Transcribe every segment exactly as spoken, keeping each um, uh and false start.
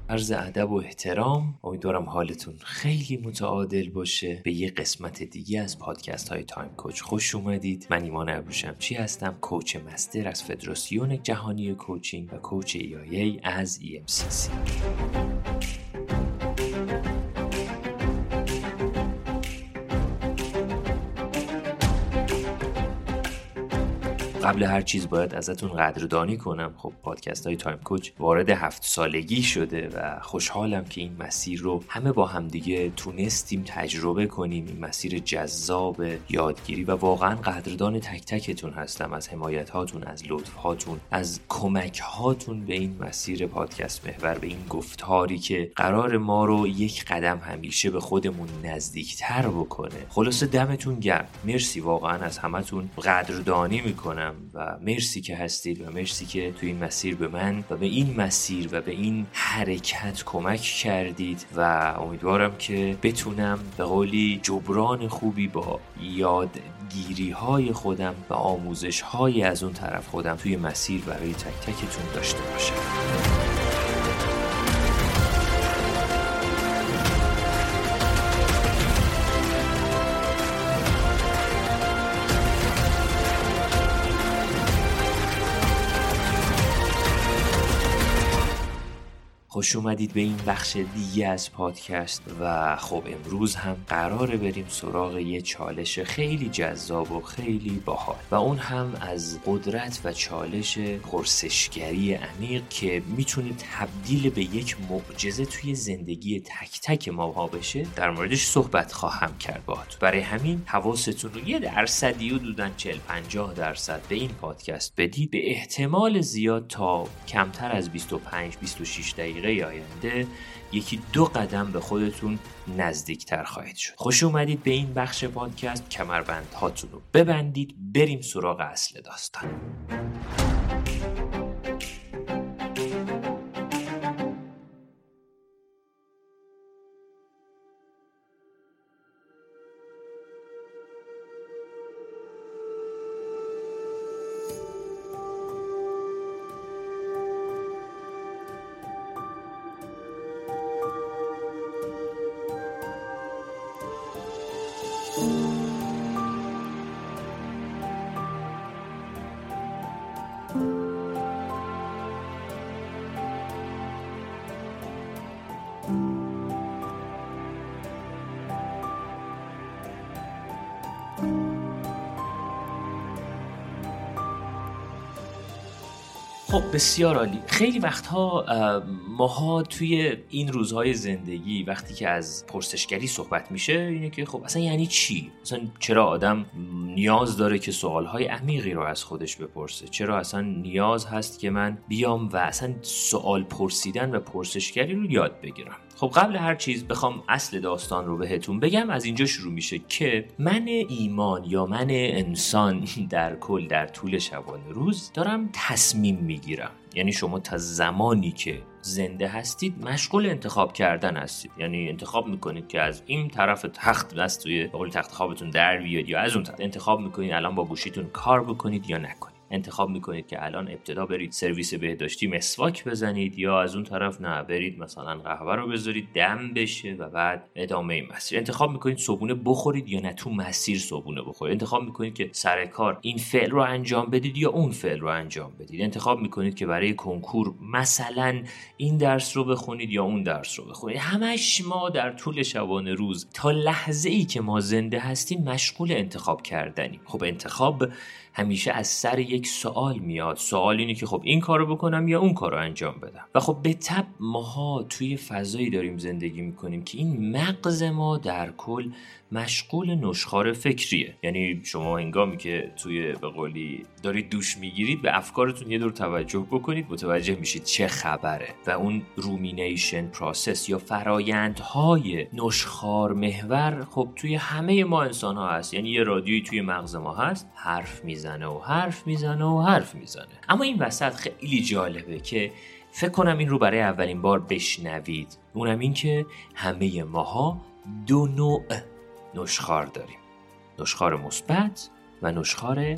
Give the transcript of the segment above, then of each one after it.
عرض ادب و احترام، امیدوارم حالتون خیلی متعادل باشه. به یه قسمت دیگه از پادکست های تایم کوچ خوش اومدید. من ایمان ابروشمچی هستم، کوچ مستر از فدراسیون جهانی کوچینگ و کوچ ای آی ای از ای ام سی سی. قبل هر چیز باید ازتون قدردانی کنم. خب پادکست های تایم کوچ وارد هفت سالگی شده و خوشحالم که این مسیر رو همه با هم دیگه تونستیم تجربه کنیم. این مسیر جذاب یادگیری و واقعا قدردان تک تکتون هستم از حمایت هاتون، از لطف هاتون، از کمک هاتون به این مسیر پادکست محور، به این گفتاری که قرار ما رو یک قدم همیشه به خودمون نزدیکتر بکنه. خلاصه دمتون گرم، مرسی، واقعا از همتون قدردانی میکنم و مرسی که هستید و مرسی که تو این مسیر به من و به این مسیر و به این حرکت کمک کردید و امیدوارم که بتونم به قولی جبران خوبی با یادگیری های خودم و آموزش های از اون طرف خودم توی مسیر برای تک تکتون داشته باشم. خوش اومدید به این بخش دیگه از پادکست و خب امروز هم قراره بریم سراغ یه چالش خیلی جذاب و خیلی باحال و اون هم از قدرت و چالش پرسشگری عمیق که میتونه تبدیل به یک معجزه توی زندگی تک تک ما بشه. در موردش صحبت خواهم کرد باهاتون. برای همین حواستون رو یه درصدی حدوداً چهل پنجاه درصد به این پادکست بدید. به احتمال زیاد تا کمتر از بیست و پنج بیست و شش دقیقه آینده یکی دو قدم به خودتون نزدیکتر خواهید شد. خوش اومدید به این بخش پادکست. کمربند هاتون رو ببندید، بریم سراغ اصل داستان. خب بسیار عالی. خیلی وقتها ماها توی این روزهای زندگی وقتی که از پرسشگری صحبت میشه اینه که خب اصلا یعنی چی؟ اصلا چرا آدم نیاز داره که سوالهای عمیقی رو از خودش بپرسه؟ چرا اصلا نیاز هست که من بیام و اصلا سوال پرسیدن و پرسشگری رو یاد بگیرم؟ خب قبل هر چیز بخوام اصل داستان رو بهتون بگم. از اینجا شروع میشه که من ایمان یا من انسان در کل در طول شبانه روز دارم تصمیم میگیرم. یعنی شما تا زمانی که زنده هستید مشغول انتخاب کردن هستید. یعنی انتخاب میکنید که از این طرف تخت دست توی بقول تخت خوابتون در بیاد یا از اون طرف. انتخاب میکنید الان با گوشیتون کار بکنید یا نکنید. انتخاب میکنید که الان ابتدا برید سرویس بهداشتی مسواک بزنید یا از اون طرف نه برید مثلا قهوه رو بذارید دم بشه و بعد ادامه این مسیر. انتخاب میکنید صبحونه بخورید یا نه تو مسیر صبحونه بخورید. انتخاب میکنید که سر کار این فعل رو انجام بدید یا اون فعل رو انجام بدید. انتخاب میکنید که برای کنکور مثلا این درس رو بخونید یا اون درس رو بخونید. همش ما در طول شبانه روز تا لحظه ای که ما زنده هستیم مشغول انتخاب کردنیم. خب انتخاب همیشه از سر یک سوال میاد. سوال اینه که خب این کارو بکنم یا اون کارو انجام بدم. و خب به تبع ماها توی فضایی داریم زندگی میکنیم که این مغز ما در کل مشغول نشخوار فکریه. یعنی شما هنگامی که توی به قولی دارید دوش میگیرید به افکارتون یه دور توجه بکنید، متوجه میشید چه خبره و اون رومینیشن پروسس یا فرایندهای نشخوار محور خب توی همه ما انسان ها هست. یعنی یه رادیویی توی مغز ما هست، حرف میزنه و حرف میزنه و حرف میزنه. اما این وسط خیلی جالبه که فکر کنم این رو برای اولین بار بشنوید. اونم این که همه ماها دو نوع نشخوار داریم، نشخوار مثبت و نشخوار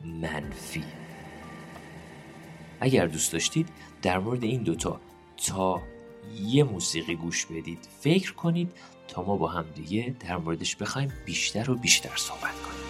منفی. اگر دوست داشتید در مورد این دوتا تا یه موسیقی گوش بدید، فکر کنید تا ما با هم دیگه در موردش بخوایم بیشتر و بیشتر صحبت کنیم.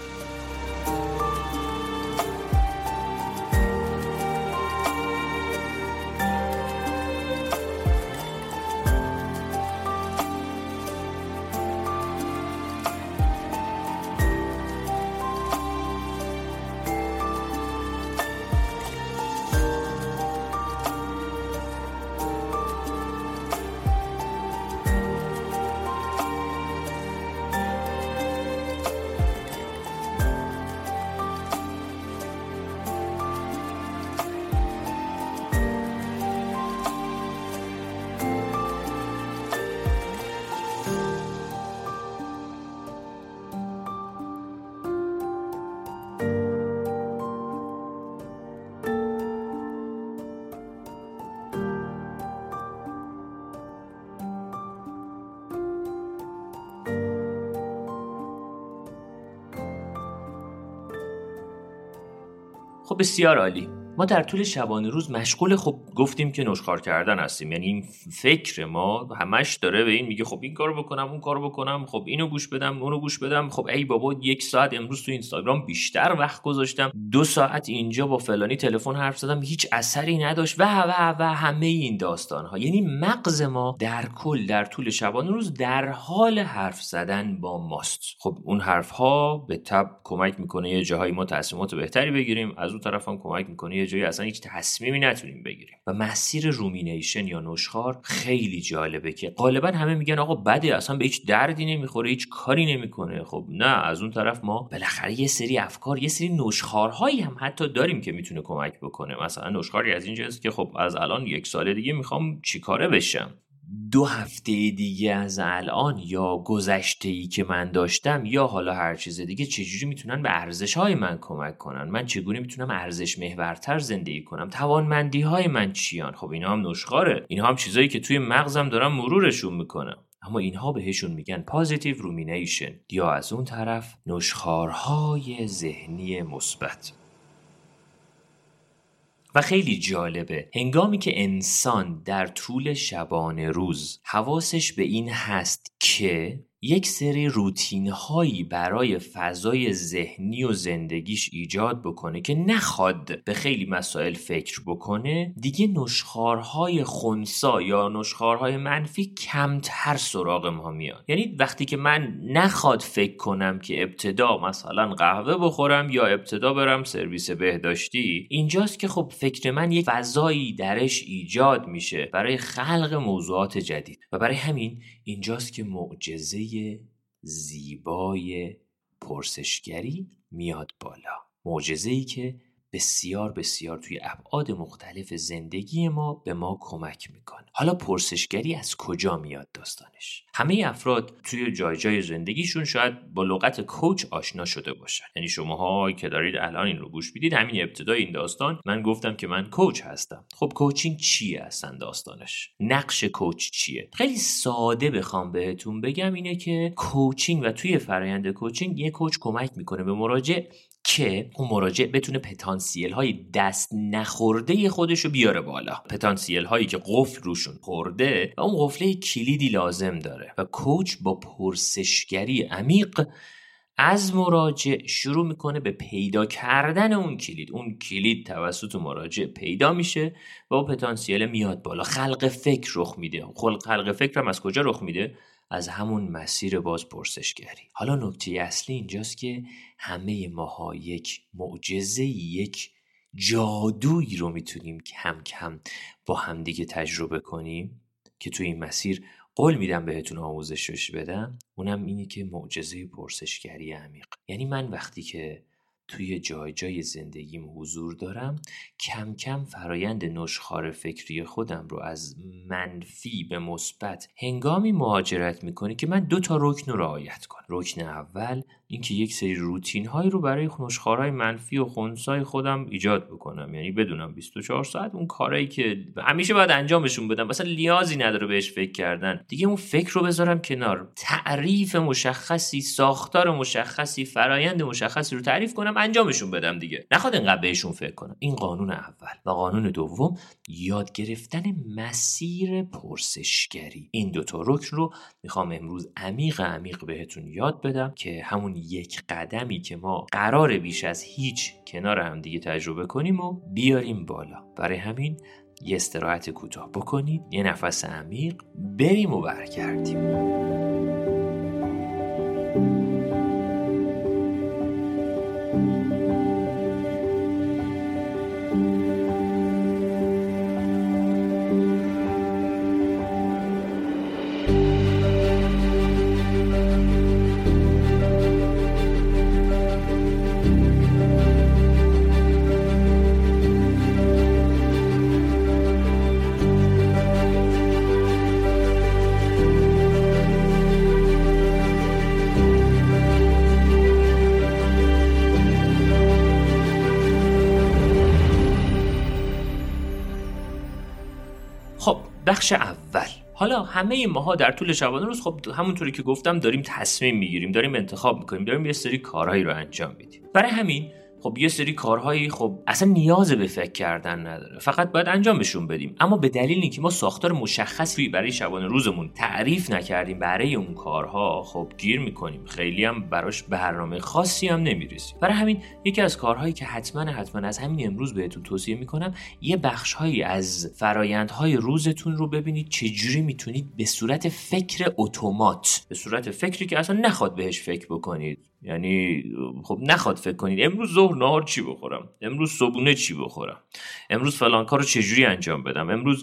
خب بسیار عالی. ما در طول شبانه روز مشغول خب گفتیم که نشخوار کردن هستیم، یعنی این فکر ما همش داره به این میگه خب این کارو بکنم اون کارو بکنم، خب اینو گوش بدم اونو گوش بدم، خب ای بابا یک ساعت امروز تو اینستاگرام بیشتر وقت گذاشتم، دو ساعت اینجا با فلانی تلفن حرف زدم هیچ اثری نداشت و و و همه این داستان ها. یعنی مغز ما در کل در طول شبانه روز در حال حرف زدن با ماست. خب اون حرف ها به تبع کمک میکنه یه جاهایی ما تصمیمات بهتری بگیریم، از اون طرف هم کمک میکنه یه جایی اصلا هیچ تصمیمی نتونیم بگیریم. و مسیر رومینیشن یا نشخوار خیلی جالبه که غالبا همه میگن آقا بده، اصلا به هیچ دردی نمیخوره، هیچ کاری نمیکنه. خب نه، از اون طرف ما بالاخره یه سری افکار، یه سری نشخوارهایی هم حتی داریم که میتونه کمک بکنه. مثلا نشخواری از این جنس که خب از الان یک سال دیگه میخوام چیکاره بشم، دو هفته دیگه از الان، یا گذشته‌ای که من داشتم، یا حالا هر چیز دیگه چجوری میتونن به ارزش‌های من کمک کنن، من چگونه میتونم ارزش محورتر زندگی کنم، توانمندی‌های من چیان. خب اینا هم نشخواره، اینا هم چیزایی که توی مغزم دارم مرورشون میکنم، اما اینها بهشون میگن پازیتیو رومینیشن، یا از اون طرف نشخوارهای ذهنی مثبت. و خیلی جالبه هنگامی که انسان در طول شبانه روز حواسش به این هست که یک سری روتین هایی برای فضای ذهنی و زندگیش ایجاد بکنه که نخواد به خیلی مسائل فکر بکنه، دیگه نشخوارهای خنثی یا نشخوارهای منفی کمتر سراغ ما میاد. یعنی وقتی که من نخواد فکر کنم که ابتدا مثلا قهوه بخورم یا ابتدا برم سرویس بهداشتی، اینجاست که خب فکر من یک فضایی درش ایجاد میشه برای خلق موضوعات جدید. و برای همین اینجاست که معجزه زیبای پرسشگری میاد بالا، معجزه‌ای که بسیار بسیار توی ابعاد مختلف زندگی ما به ما کمک میکنه. حالا پرسشگری از کجا میاد داستانش؟ همه افراد توی جای جای زندگیشون شاید با لغت کوچ آشنا شده باشن. یعنی شماها که دارید الان این رو گوش میدید، همین ابتدای این داستان من گفتم که من کوچ هستم. خب کوچینگ چیه اصلا داستانش؟ نقش کوچ چیه؟ خیلی ساده بخوام بهتون بگم اینه که کوچینگ و توی فرآیند کوچینگ یه کوچ کمک میکنه به مراجع که اون مراجع بتونه پتانسیل های دست نخورده خودش رو بیاره بالا، پتانسیل هایی که قفل روشون خورده و اون قفله کلیدی لازم داره. و کوچ با پرسشگری عمیق از مراجع شروع میکنه به پیدا کردن اون کلید. اون کلید توسط مراجع پیدا میشه و اون پتانسیل میاد بالا، خلق فکر رخ میده. خلق فکر هم از کجا رخ میده؟ از همون مسیر باز پرسشگری. حالا نکته اصلی اینجاست که همه ماها یک معجزه، یک جادویی رو میتونیم کم کم با همدیگه تجربه کنیم که توی این مسیر قول میدم بهتون آموزشش بدم. اونم اینی که معجزه پرسشگری عمیق. یعنی من وقتی که توی جای جای زندگیم حضور دارم، کم کم فرایند نشخوار فکری خودم رو از منفی به مثبت هنگامی مهاجرت میکنه که من دو تا رکن رو رعایت کنم. رکن اول این که یک سری روتین هایی رو برای نشخوارهای منفی و خنثی خودم ایجاد بکنم، یعنی بدونم بیست و چهار ساعت اون کارهایی که همیشه باید انجامشون بدم مثلا نیازی نداره بهش فکر کردن، دیگه اون فکر رو بذارم کنار، تعریف مشخصی، ساختار مشخصی، فرایند مشخصی رو تعریف کنم، انجامشون بدم دیگه. نخواد انقدر بهشون فکر کنم. این قانون اول. و قانون دوم یاد گرفتن مسیر پرسشگری. این دو تا رکن رو میخوام امروز عمیق عمیق بهتون یاد بدم که همون یک قدمی که ما قراره بیش از هیچ کنار هم دیگه تجربه کنیم و بیاریم بالا. برای همین یه استراحت کوتاه بکنید، یه نفس عمیق، بریم و برگردیم. خب بخش اول. حالا همه ماها در طول شبانه روز خب همونطوری که گفتم داریم تصمیم میگیریم، داریم انتخاب میکنیم، داریم یه سری کارهایی رو انجام میدیم. برای همین خب یه سری کارهایی خب اصلا نیاز به فکر کردن نداره، فقط باید انجامشون بدیم. اما به دلیل اینکه ما ساختار مشخصی برای شبانه روزمون تعریف نکردیم برای اون کارها، خب گیر میکنیم، خیلی هم براش برنامه خاصی هم نمیریزیم. برای همین یکی از کارهایی که حتما حتما از همین امروز بهتون توصیه میکنم، یه بخشهایی از فرآیندهای روزتون رو ببینید چجوری میتونید به صورت فکر اتومات، به صورت فکری که اصلا نخواد بهش فکر بکنید، یعنی خب نخواد فکر کنید امروز ظهر نهار چی بخورم، امروز صبحونه چی بخورم، امروز فلان کارو چجوری انجام بدم، امروز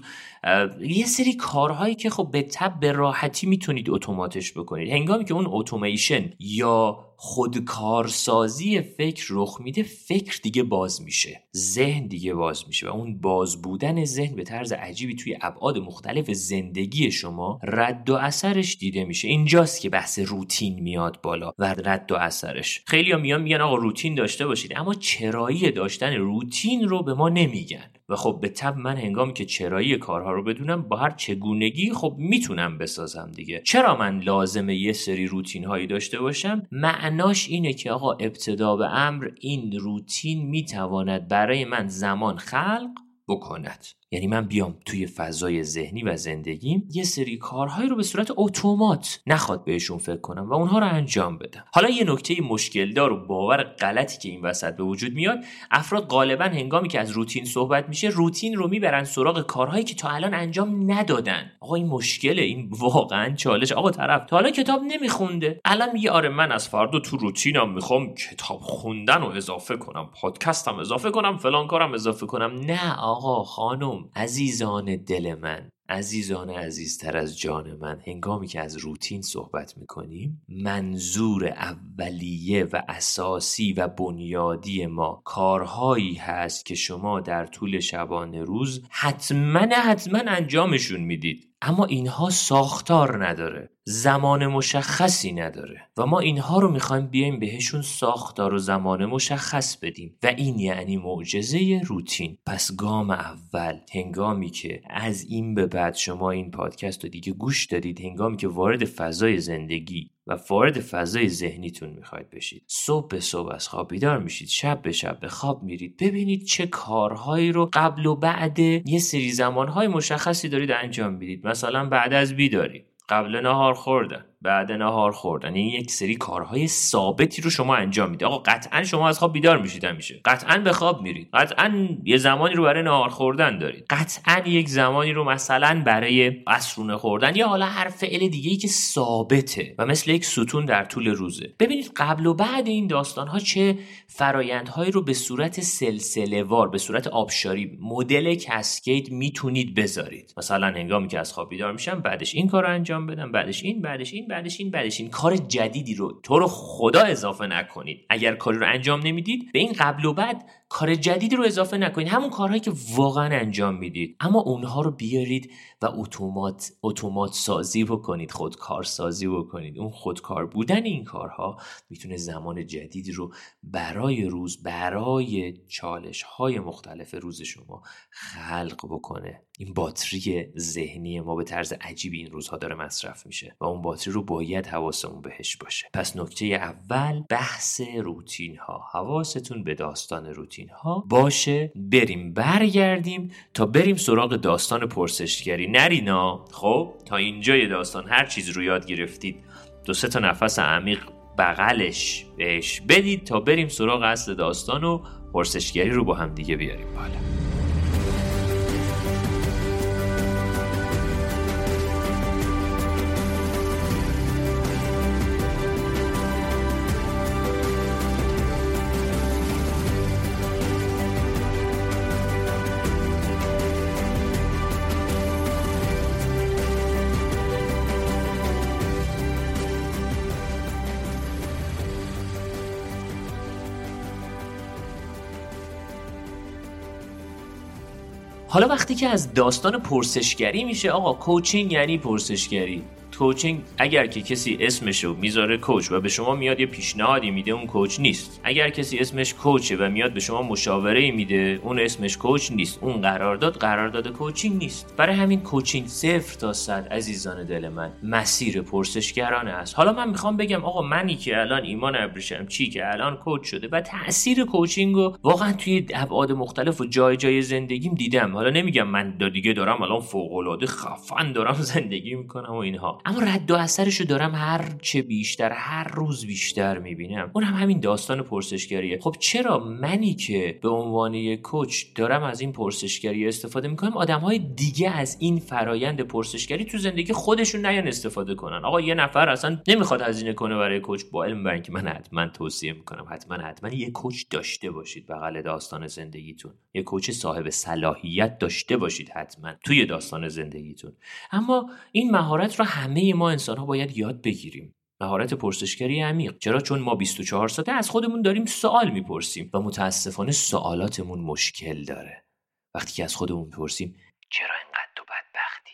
یه سری کارهایی که خب به تبع به راحتی میتونید اتوماتش بکنید. هنگامی که اون اتومیشن یا خودکارسازی فکر رخ میده، فکر دیگه باز میشه، ذهن دیگه باز میشه و اون باز بودن ذهن به طرز عجیبی توی ابعاد مختلف زندگی شما رد و اثرش دیده میشه. اینجاست که بحث روتین میاد بالا و رد و اثرش. خیلی ها میان میگن آقا روتین داشته باشید، اما چرایی داشتن روتین رو به ما نمیگن. و خب به طب من هنگامی که چرایی کارها رو بدونم، با هر چگونگی خب میتونم بسازم دیگه. چرا من لازمه یه سری روتین هایی داشته باشم؟ معناش اینه که آقا ابتدا به امر این روتین میتواند برای من زمان خلق بکند. یعنی من بیام توی فضای ذهنی و زندگیم یه سری کارهایی رو به صورت اتومات نخواد بهشون فکر کنم و اونها رو انجام بدم. حالا یه نکته مشکل دار و باور غلطی که این وسط به وجود میاد، افراد غالبا هنگامی که از روتین صحبت میشه، روتین رو میبرن سراغ کارهایی که تا الان انجام ندادن. آقا این مشکله، این واقعا چالش. آقا طرف تا حالا کتاب نمیخونده، الان میگه آره من از فردا تو روتینم میخوام کتاب خوندن رو اضافه کنم، پادکستم اضافه کنم، فلان کارم اضافه کنم. نه آقا خانم، عزیزان دل من، عزیزان عزیزتر از جان من، هنگامی که از روتین صحبت میکنیم، منظور اولیه و اساسی و بنیادی ما کارهایی هست که شما در طول شبانه روز حتما حتما انجامشون میدید، اما اینها ساختار نداره، زمان مشخصی نداره و ما اینها رو میخوایم بیایم بهشون ساختار و زمان مشخص بدیم و این یعنی معجزه روتین. پس گام اول، هنگامی که از این به بعد شما این پادکست رو دیگه گوش دادید، هنگامی که وارد فضای زندگی و وارد فضای ذهنیتون میخواید بشید، صبح به صبح از خواب بیدار میشید، شب به شب به خواب میرید، ببینید چه کارهایی رو قبل و بعد یه سری زمانهای مشخصی دارید انجام میدید. مثلا بعد از بیداری، قبل نهار خوردن، بعد نهار خوردن، این یک سری کارهای ثابتی رو شما انجام میدید. آقا قطعا شما از خواب بیدار میشید، همیشه قطعا به خواب میرید، قطعا یه زمانی رو برای نهار خوردن دارید، قطعا یک زمانی رو مثلا برای عصرونه خوردن یا حالا هر فعل دیگه‌ای که ثابته و مثل یک ستون در طول روزه. ببینید قبل و بعد این داستان‌ها چه فرایندهایی رو به صورت سلسله‌وار، به صورت آبشاری، مدل کاسکید میتونید بذارید. مثلا هنگامی که از خواب بیدار میشم، بعدش این کارو انجام بدم، بعدش این، بعدش این، بعدش این، بعدش این. کار جدیدی رو تو رو خدا اضافه نکنید. اگر کاری رو انجام نمیدید، به این قبل و بعد کار جدیدی رو اضافه نکنید، همون کارهایی که واقعا انجام میدید، اما اونها رو بیارید و اتومات اتومات سازی بکنید، خودکار سازی بکنید. اون خودکار بودن این کارها میتونه زمان جدیدی رو برای روز، برای چالش های مختلف روز شما خلق بکنه. این باتری ذهنی ما به طرز عجیبی این روزها داره مصرف میشه و اون باتری رو باید حواسمون بهش باشه. پس نکته اول بحث روتین ها. حواستون به داستان روتین ها باشه. بریم برگردیم تا بریم سراغ داستان پرسشگری. نرینا. خب تا اینجای داستان هر چیز رو یاد گرفتید، دو سه تا نفس عمیق بغلش بهش بدید تا بریم سراغ اصل داستان و پرسشگری رو با هم دیگه بیاریم بالا. حالا وقتی که از داستان پرسشگری میشه، آقا کوچینگ یعنی پرسشگری. کوچینگ اگر که کسی اسمشو میذاره کوچ و به شما میاد یه پیشنهادی میده، اون کوچ نیست. اگر کسی اسمش کوچه و میاد به شما مشاوره میده، اون اسمش کوچ نیست. اون قرارداد قرارداد کوچینگ نیست. برای همین کوچینگ صفر تا صد عزیزان دل من مسیر پرسشگرانه است. حالا من میخوام بگم آقا منی که الان ایمان ابریشم چی که الان کوچ شده و تاثیر کوچینگو واقعا توی ابعاد مختلف و جای جای زندگیم دیدم. حالا نمیگم من دیگه دارم الان فوق العاده خفن دارم زندگی میکنم و اینها، اما رد و اثرشو دارم هر چه بیشتر هر روز بیشتر میبینم. اون هم همین داستان پرسشگریه. خب چرا منی که به عنوان یک کوچ دارم از این پرسشگری استفاده میکنم، آدمهای دیگه از این فرایند پرسشگری تو زندگی خودشون نیان استفاده کنن؟ آقا یه نفر اصلا نمیخواد هزینه کنه برای کوچ، با علم بر اینکه من حتما توصیه میکنم حتما حتما یه کوچ داشته باشید بغل داستان زندگیتون. یه کوچ صاحب صلاحیت داشته باشید حتما توی داستان زندگیتون. اما این مهارت رو همه ما انسان ها باید یاد بگیریم. مهارت پرسشگری عمیق. چرا؟ چون ما بیست و چهار ساعته از خودمون داریم سوال میپرسیم و متاسفانه سوالاتمون مشکل داره. وقتی که از خودمون میپرسیم چرا اینقدر تو بدبختی؟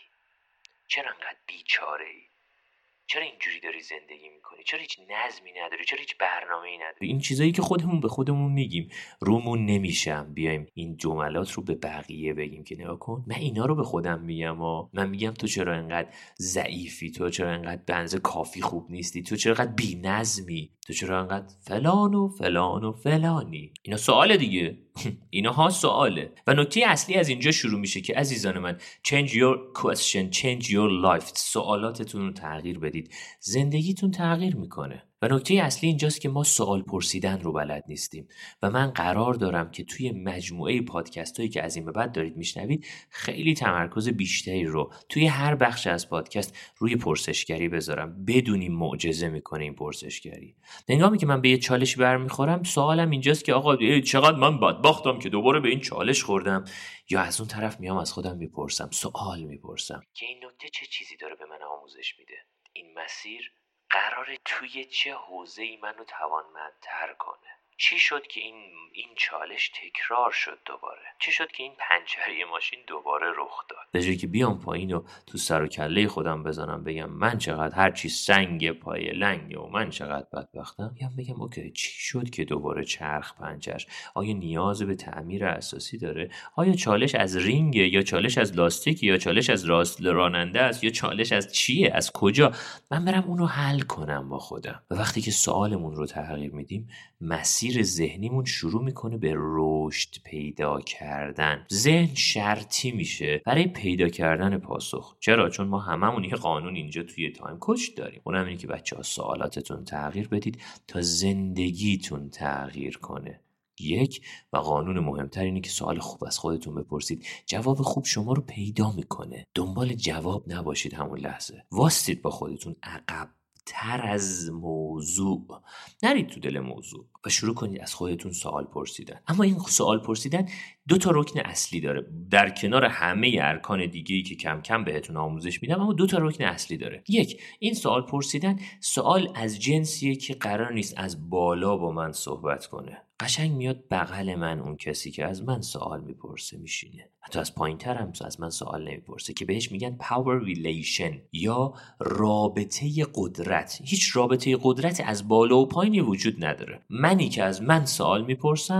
چرا اینقدر بیچاره‌ای؟ چرا اینجوری داری زندگی میکنی؟ چرا هیچ نظمی نداری؟ چرا هیچ برنامه‌ای نداری؟ این چیزایی که خودمون به خودمون میگیم رومون نمیشم بیایم این جملات رو به بقیه بگیم که نگاه کن من اینا رو به خودم میگم و من میگم تو چرا اینقدر ضعیفی، تو چرا اینقدر بنز کافی خوب نیستی، تو چرا اینقدر بی‌نظمی، تو چرا اینقدر فلان و فلان و فلانی. اینا سواله دیگه. اینها سواله. و نکته اصلی از اینجا شروع میشه که عزیزان من change your question, change your life. سوالاتتون رو تغییر بدید، زندگیتون تغییر میکنه. و نکته اصلی اینجاست که ما سوال پرسیدن رو بلد نیستیم و من قرار دارم که توی مجموعه پادکست هایی که از این به بعد دارید میشنوید خیلی تمرکز بیشتری رو توی هر بخش از پادکست روی پرسشگری بذارم. بدونیم معجزه میکنه این پرسشگری. هنگامی که من به یه چالش برمیخورم، سوالم اینجاست که آقا چقدر من بدبختم که دوباره به این چالش خوردم، یا از اون طرف میام از خودم میپرسم، سوال میپرسم که این نکته چه چیزی داره به من آموزش میده؟ این مسیر قراره توی چه حوزه‌ای منو توانمندتر کنه؟ چی شد که این این چالش تکرار شد دوباره؟ چی شد که این پنچری ماشین دوباره رخ داد؟ به جایی که بیام پایین و تو سر و کله خودم بزنم بگم من چقدر هر چی سنگ پای لنگه و من چقدر بدبختم، بیام بگم اوکی چی شد که دوباره چرخ پنچر؟ آیا نیاز به تعمیر اساسی داره؟ آیا چالش از رینگه یا چالش از لاستیک یا چالش از راست راننده است یا چالش از چیه؟ از کجا؟ من برم اونو حل کنم با خودم. و وقتی که سوالمون رو تغییر میدیم، مسیر ذهنیمون شروع میکنه به رشد پیدا کردن. ذهن شرطی میشه برای پیدا کردن پاسخ. چرا؟ چون ما هممون یه قانون اینجا توی تایم کوچ داریم. اونم اینه که بچه‌ها سوالاتتون تغییر بدید تا زندگیتون تغییر کنه. یک، و قانون مهمتر اینه که سوال خوب از خودتون بپرسید. جواب خوب شما رو پیدا میکنه. دنبال جواب نباشید همون لحظه. واسید با خودتون عقب تر از موضوع، نرید تو دل موضوع و شروع کنید از خودتون سوال پرسیدن. اما این سوال پرسیدن دو تا رکن اصلی داره، در کنار همه ارکان دیگه‌ای که کم کم بهتون آموزش میدم، اما دو تا رکن اصلی داره. یک، این سوال پرسیدن سوال از جنسیه که قرار نیست از بالا با من صحبت کنه. قشنگ میاد بغل من اون کسی که از من سوال میپرسه میشینه، حتی از پایین‌تر هم از من سوال نمیپرسه، که بهش میگن power relation یا رابطه قدرت. هیچ رابطه قدرت از بالا و پایینی وجود نداره. منی که از من سوال میپرسم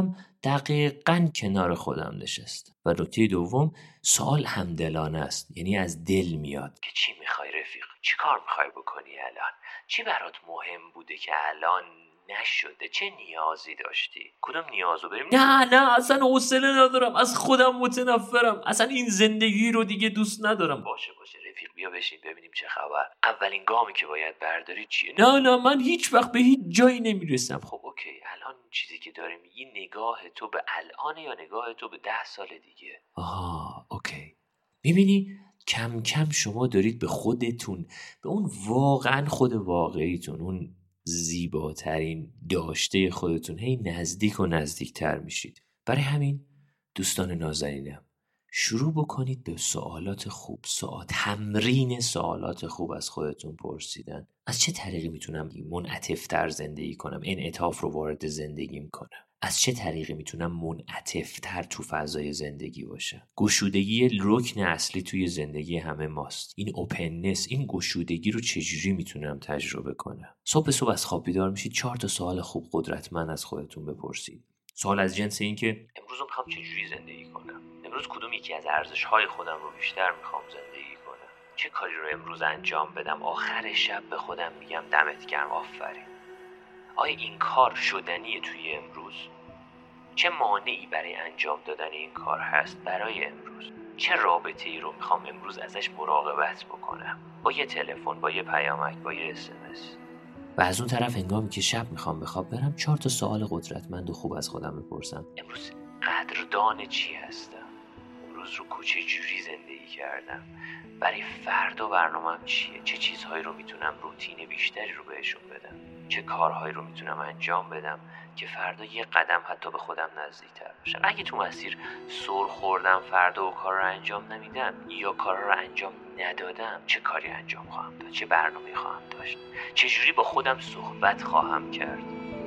دقیقاً کنار خودم نشستم. و نکته دوم، سوال همدلانه است، یعنی از دل میاد که چی میخوای رفیق؟ چی کار میخوای بکنی الان؟ چی برات مهم بوده که الان نشده؟ چه نیازی داشتی؟ کدوم نیازو بریم؟ نه نه اصلا حوصله ندارم، از خودم متنفرم، اصلا این زندگی رو دیگه دوست ندارم. باشه باشه رفیق، بیا بشین ببینیم چه خبر. اولین گامی که باید برداری چیه؟ نه نه من هیچ وقت به هیچ جایی نمیرسم. خب اوکی، الان چیزی که داری میگی نگاه تو به الان یا نگاه تو به ده سال دیگه؟ آها اوکی. میبینی کم کم شما دارید به خودتون، به اون واقعا خود واقعیتون، اون زیباترین داشته خودتون هی نزدیک و نزدیکتر میشید. برای همین دوستان نازنینم، شروع بکنید به سوالات خوب، سوال تمرین سوالات خوب از خودتون پرسیدن. از چه طریقی میتونم منعطف‌تر زندگی کنم، انعطاف رو وارد زندگیم کنم؟ از چه طریقی میتونم منعطف‌تر تو فضای زندگی باشم؟ گشودگی رکن اصلی توی زندگی همه ماست. این اوپننس، این گشودگی رو چجوری میتونم تجربه کنم؟ صبح صبح از خواب بیدار میشید، چهار تا سوال خوب قدرتمند از خودتون بپرسید. سوال از جنس این که امروز میخوام چجوری زندگی کنم؟ امروز کدوم یکی از ارزش‌های خودم رو بیشتر میخوام زندگی کنم؟ چه کاری رو امروز انجام بدم آخر شب به خودم میگم دمت گرم، آفرین؟ آیا این کار شدنیه توی امروز؟ چه مانعی برای انجام دادن این کار هست برای امروز؟ چه رابطه ای رو میخوام امروز ازش مراقبت بکنم؟ با یه تلفن، با یه پیامک، با یه اس ام اس. و از اون طرف هنگامی که شب میخوام بخواب برم، چهار تا سوال قدرتمند و خوب از خودم بپرسم. امروز قدردان چی هستم؟ امروز رو کوچه جوری زندگی کردم؟ برای فردا برنامه‌ام چیه؟ چه چیزهایی رو میتونم روتین بیشتری رو بهشون بدم؟ چه کارهایی رو میتونم انجام بدم که فردا یه قدم حتی به خودم نزدیکتر باشم؟ اگه تو مسیر سر خوردم فردا و کار رو انجام نمیدم یا کارها رو انجام ندادم، چه کاری انجام خواهم داد؟ چه برنامه‌ای خواهم داشت؟ چه جوری با خودم صحبت خواهم کرد؟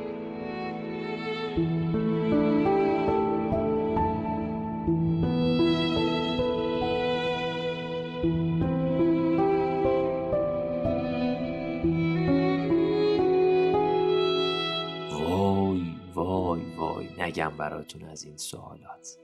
نگم براتون از این سوالات.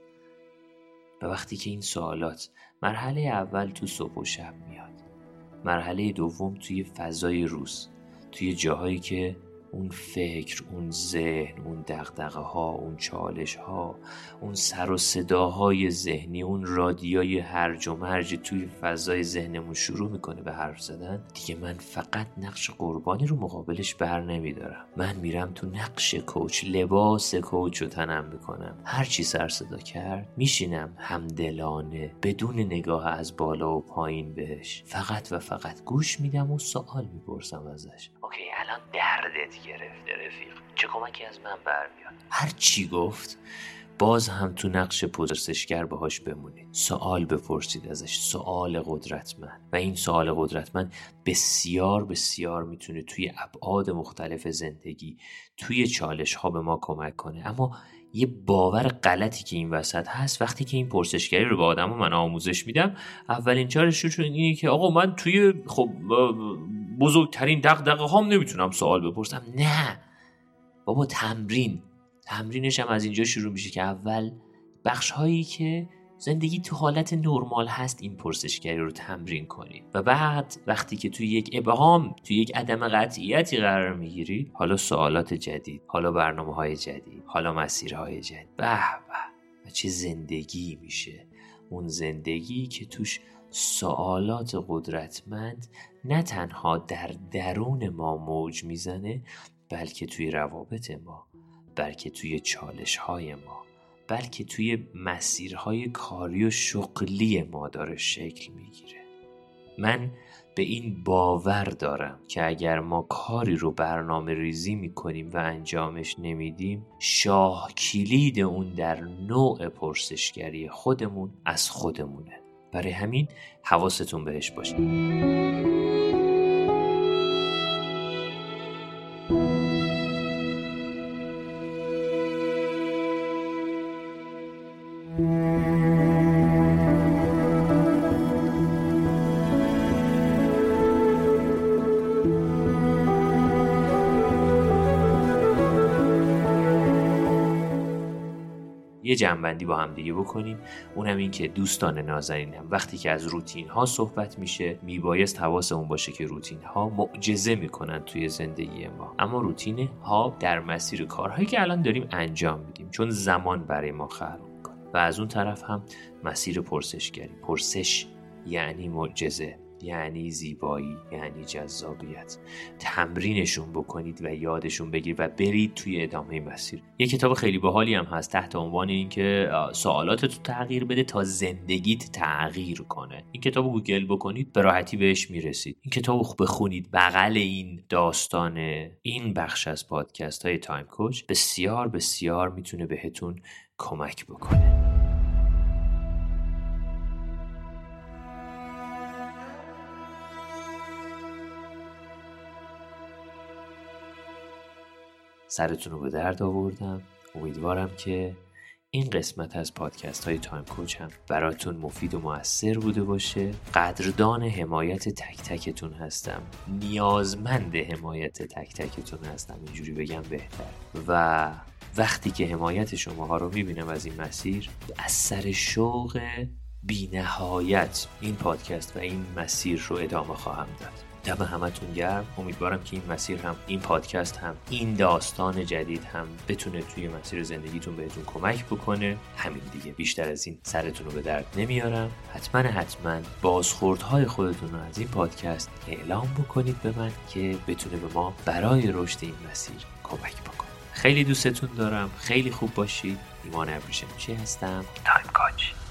و وقتی که این سوالات مرحله اول تو صبح و شب میاد، مرحله دوم توی فضای روز، توی جاهایی که اون فکر، اون ذهن، اون دغدغه ها، اون چالش ها، اون سر و صداهای ذهنی، اون رادیوی هرج و مرج توی فضای ذهنمون شروع میکنه به حرف زدن، دیگه من فقط نقش قربانی رو مقابلش بر نمیدارم. من میرم تو نقش کوچ، لباس کوچ رو تنم میکنم. هر چی سر صدا کرد میشینم همدلانه، بدون نگاه از بالا و پایین بهش، فقط و فقط گوش میدم و سوال میپرسم ازش. اوکی الان دردت گرفته رفیق، چه کمکی از من برمیاد؟ هر چی گفت باز هم تو نقش پرسشگر باهاش بمونید، سوال بپرسید ازش، سوال قدرتمند. و این سوال قدرتمند بسیار بسیار میتونه توی ابعاد مختلف زندگی، توی چالش ها به ما کمک کنه. اما یه باور غلطی که این وسط هست، وقتی که این پرسشگری رو به آدم و من آموزش میدم، اولین چالششون اینه که آقا من توی خب بزرگترین دغدغه هام نمیتونم سوال بپرسم. نه بابا، تمرین تمرینش هم از اینجا شروع میشه که اول بخش هایی که زندگی تو حالت نرمال هست این پرسشگری رو تمرین کنید و بعد وقتی که توی یک ابهام، توی یک عدم قطعیتی قرار میگیرید، حالا سوالات جدید، حالا برنامه های جدید، حالا مسیرهای جدید، به به چه زندگی میشه. اون زندگی که توش سوالات قدرتمند نه تنها در درون ما موج میزنه، بلکه توی روابط ما، بلکه توی چالش‌های ما، بلکه توی مسیرهای کاری و شغلی ما داره شکل میگیره. من به این باور دارم که اگر ما کاری رو برنامه ریزی میکنیم و انجامش نمیدیم، شاه کلید اون در نوع پرسشگری خودمون از خودمونه. برای همین حواستون بهش باشه. یه جمع‌بندی با هم دیگه بکنیم. اونم این که دوستان نازنینم، وقتی که از روتین ها صحبت میشه میبایست حواسمون باشه که روتین ها معجزه میکنن توی زندگی ما، اما روتین ها در مسیر کارهایی که الان داریم انجام میدیم، چون زمان برای ما خلق میکنه. و از اون طرف هم مسیر پرسشگری. پرسش یعنی معجزه، یعنی زیبایی، یعنی جذابیت. تمرینشون بکنید و یادشون بگیرید و برید توی ادامه مسیر. یه کتاب خیلی باحالی هم هست تحت عنوان این که سوالاتتو تغییر بده تا زندگیت تغییر کنه. این کتابو گوگل بکنید به راحتی بهش میرسید. این کتابو خوب بخونید. بغل این داستان این بخش از پادکست های تایم کوچ بسیار بسیار میتونه بهتون کمک بکنه. سرتون رو به درد آوردم. امیدوارم که این قسمت از پادکست های تایم کوچ هم براتون مفید و مؤثر بوده باشه. قدردان حمایت تک تکتون هستم، نیازمند حمایت تک تکتون هستم، اینجوری بگم بهتر. و وقتی که حمایت شماها رو میبینم از این مسیر، از سر شوق بی نهایت این پادکست و این مسیر رو ادامه خواهم داد. دم همتون گرم. امیدوارم که این مسیر هم، این پادکست هم، این داستان جدید هم بتونه توی مسیر زندگیتون بهتون کمک بکنه. همین دیگه، بیشتر از این سرتون رو به درد نمیارم. حتما حتما بازخوردهای خودتون رو از این پادکست اعلام بکنید به من که بتونه به ما برای رشد این مسیر کمک بکنه. خیلی دوستتون دارم. خیلی خوب باشید. ایمان ابریشمچی هستم. تایم کوچ.